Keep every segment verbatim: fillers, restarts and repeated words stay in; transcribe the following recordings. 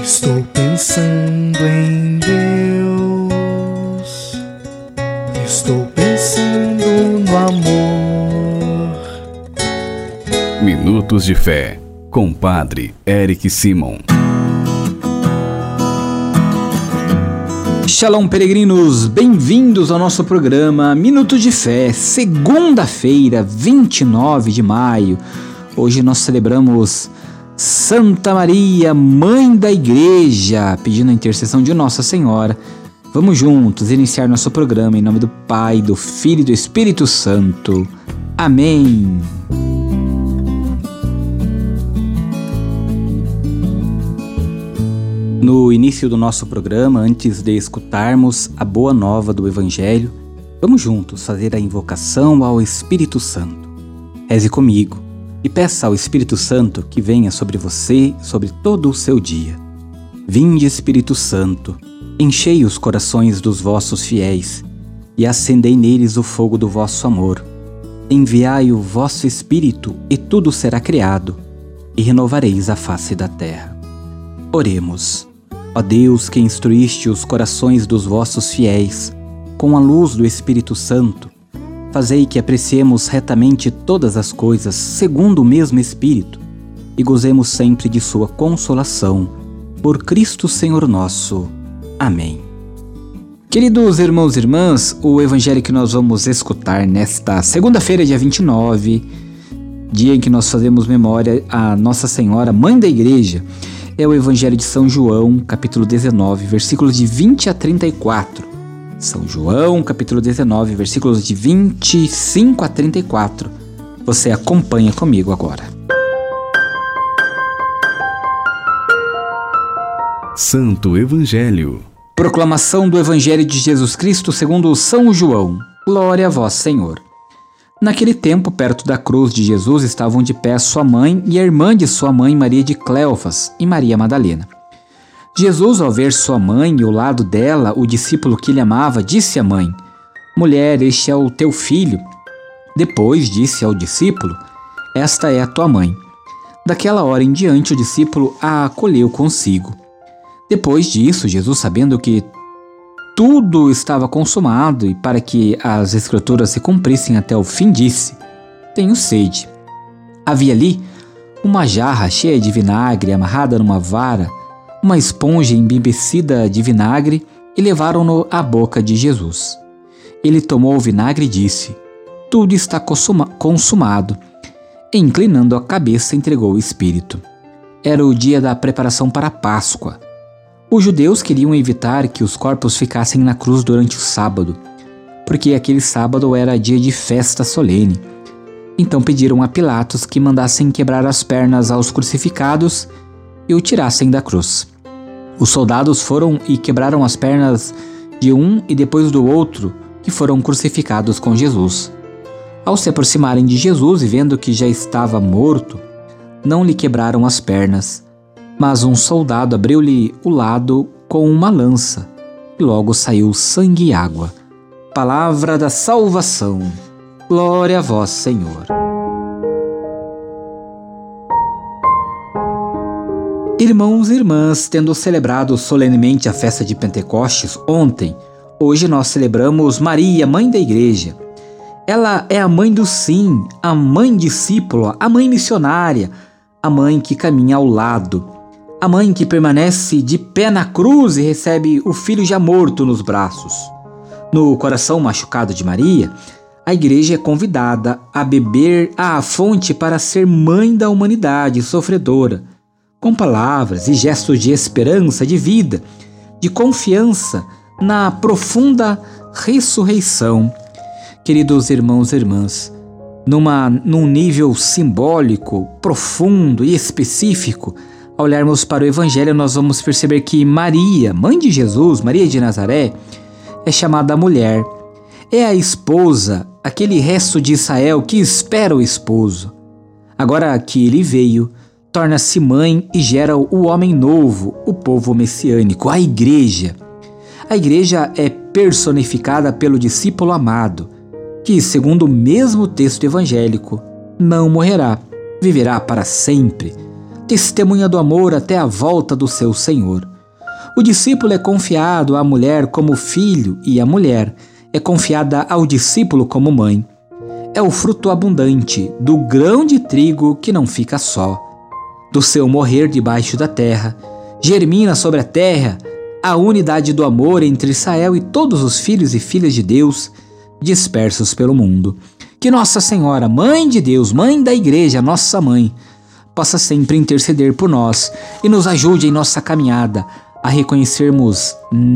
Estou pensando em Deus, estou pensando no amor. Minutos de Fé, com Padre Eric Simon. Shalom, peregrinos, bem-vindos ao nosso programa Minutos de Fé, segunda-feira, vinte e nove de maio. Hoje nós celebramos Santa Maria, Mãe da Igreja, pedindo a intercessão de Nossa Senhora. Vamos juntos iniciar nosso programa em nome do Pai, do Filho e do Espírito Santo. Amém. No início do nosso programa, antes de escutarmos a boa nova do Evangelho, vamos juntos fazer a invocação ao Espírito Santo. Reze comigo e peça ao Espírito Santo que venha sobre você, sobre todo o seu dia. Vinde, Espírito Santo, enchei os corações dos vossos fiéis e acendei neles o fogo do vosso amor. Enviai o vosso Espírito e tudo será criado, e renovareis a face da terra. Oremos. Ó Deus, que instruíste os corações dos vossos fiéis com a luz do Espírito Santo, fazei que apreciemos retamente todas as coisas segundo o mesmo Espírito e gozemos sempre de sua consolação. Por Cristo Senhor nosso. Amém. Queridos irmãos e irmãs, o Evangelho que nós vamos escutar nesta segunda-feira, dia vinte e nove, dia em que nós fazemos memória a Nossa Senhora, Mãe da Igreja, é o Evangelho de São João, capítulo dezenove, versículos de vinte a trinta e quatro. São João, capítulo dezenove, versículos de vinte e cinco a trinta e quatro. Você acompanha comigo agora. Santo Evangelho. Proclamação do Evangelho de Jesus Cristo segundo São João. Glória a vós, Senhor. Naquele tempo, perto da cruz de Jesus, estavam de pé sua mãe e a irmã de sua mãe, Maria de Cleofas, e Maria Madalena. Jesus, ao ver sua mãe e ao lado dela o discípulo que ele amava, disse à mãe: Mulher, este é o teu filho. Depois disse ao discípulo: Esta é a tua mãe. Daquela hora em diante, o discípulo a acolheu consigo. Depois disso, Jesus, sabendo que tudo estava consumado e para que as Escrituras se cumprissem até o fim, disse: Tenho sede. Havia ali uma jarra cheia de vinagre amarrada numa vara, uma esponja embebecida de vinagre, e levaram-no à boca de Jesus. Ele tomou o vinagre e disse: Tudo está consuma- consumado. E, inclinando a cabeça, entregou o Espírito. Era o dia da preparação para a Páscoa. Os judeus queriam evitar que os corpos ficassem na cruz durante o sábado, porque aquele sábado era dia de festa solene. Então pediram a Pilatos que mandassem quebrar as pernas aos crucificados e o tirassem da cruz. Os soldados foram e quebraram as pernas de um e depois do outro que foram crucificados com Jesus. Ao se aproximarem de Jesus e vendo que já estava morto, não lhe quebraram as pernas, mas um soldado abriu-lhe o lado com uma lança, e logo saiu sangue e água. Palavra da salvação. Glória a vós, Senhor. Irmãos e irmãs, tendo celebrado solenemente a festa de Pentecostes ontem, hoje nós celebramos Maria, Mãe da Igreja. Ela é a mãe do sim, a mãe discípula, a mãe missionária, a mãe que caminha ao lado. A mãe que permanece de pé na cruz e recebe o filho já morto nos braços. No coração machucado de Maria, a Igreja é convidada a beber à fonte para ser mãe da humanidade sofredora, com palavras e gestos de esperança, de vida, de confiança na profunda ressurreição. Queridos irmãos e irmãs, numa, num nível simbólico, profundo e específico, ao olharmos para o Evangelho, nós vamos perceber que Maria, mãe de Jesus, Maria de Nazaré, é chamada mulher. É a esposa, aquele resto de Israel que espera o esposo. Agora que ele veio, torna-se mãe e gera o homem novo, o povo messiânico, a Igreja. A Igreja é personificada pelo discípulo amado, que, segundo o mesmo texto evangélico, não morrerá, viverá para sempre. testemunha do amor até a volta do seu Senhor. O discípulo é confiado à mulher como filho e a mulher é confiada ao discípulo como mãe. É o fruto abundante do grão de trigo que não fica só. Do seu morrer debaixo da terra, germina sobre a terra a unidade do amor entre Israel e todos os filhos e filhas de Deus dispersos pelo mundo. Que Nossa Senhora, Mãe de Deus, Mãe da Igreja, nossa Mãe, possa sempre interceder por nós e nos ajude em nossa caminhada a reconhecermos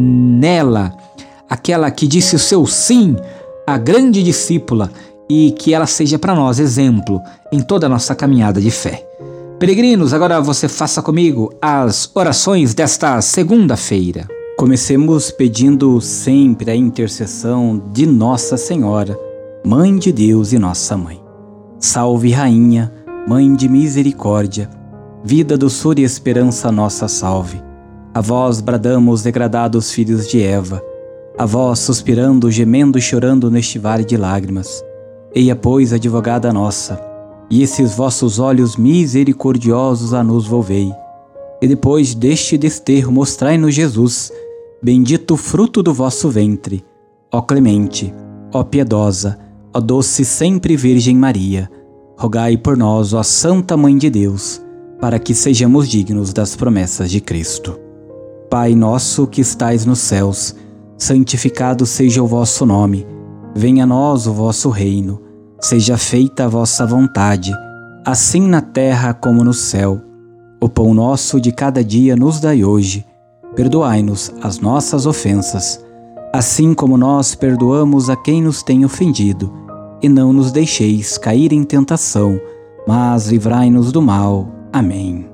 nela aquela que disse o seu sim, a grande discípula, e que ela seja para nós exemplo em toda a nossa caminhada de fé. Peregrinos, agora você faça comigo as orações desta segunda-feira. Comecemos pedindo sempre a intercessão de Nossa Senhora, Mãe de Deus e nossa Mãe. Salve, Rainha, Mãe de misericórdia, vida, doçura e esperança nossa salve. A vós bradamos, degradados filhos de Eva, a vós suspirando, gemendo e chorando neste vale de lágrimas. Eia, pois, advogada nossa, e esses vossos olhos misericordiosos a nos volvei. E depois deste desterro mostrai-nos Jesus, bendito o fruto do vosso ventre. Ó clemente, ó piedosa, ó doce sempre Virgem Maria, rogai por nós, ó Santa Mãe de Deus, para que sejamos dignos das promessas de Cristo. Pai nosso que estais nos céus, santificado seja o vosso nome. Venha a nós o vosso reino. Seja feita a vossa vontade, assim na terra como no céu. O pão nosso de cada dia nos dai hoje. Perdoai-nos as nossas ofensas, assim como nós perdoamos a quem nos tem ofendido. E não nos deixeis cair em tentação, mas livrai-nos do mal. Amém.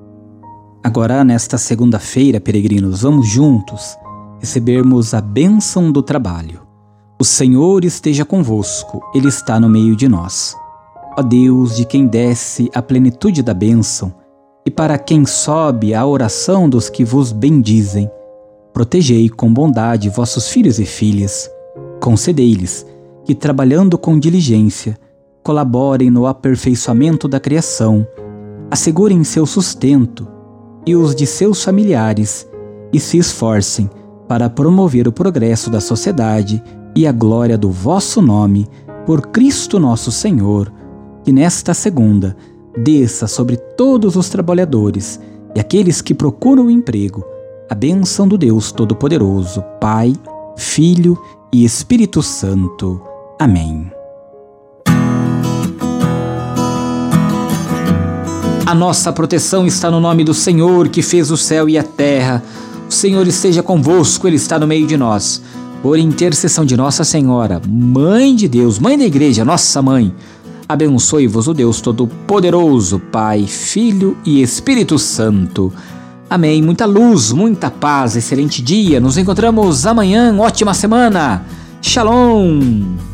Agora, nesta segunda-feira, peregrinos, vamos juntos recebermos a bênção do trabalho. O Senhor esteja convosco, Ele está no meio de nós. Ó Deus, de quem desce a plenitude da bênção, e para quem sobe a oração dos que vos bendizem, protegei com bondade vossos filhos e filhas. Concedei-lhes que, trabalhando com diligência, colaborem no aperfeiçoamento da criação, assegurem seu sustento e os de seus familiares e se esforcem para promover o progresso da sociedade e a glória do vosso nome, por Cristo nosso Senhor, que nesta segunda desça sobre todos os trabalhadores e aqueles que procuram emprego a bênção do Deus Todo-Poderoso, Pai, Filho e Espírito Santo. Amém. A nossa proteção está no nome do Senhor, que fez o céu e a terra. O Senhor esteja convosco, Ele está no meio de nós. Por intercessão de Nossa Senhora, Mãe de Deus, Mãe da Igreja, nossa Mãe, abençoe-vos o Deus Todo-Poderoso, Pai, Filho e Espírito Santo. Amém. Muita luz, muita paz, excelente dia. Nos encontramos amanhã, ótima semana. Shalom.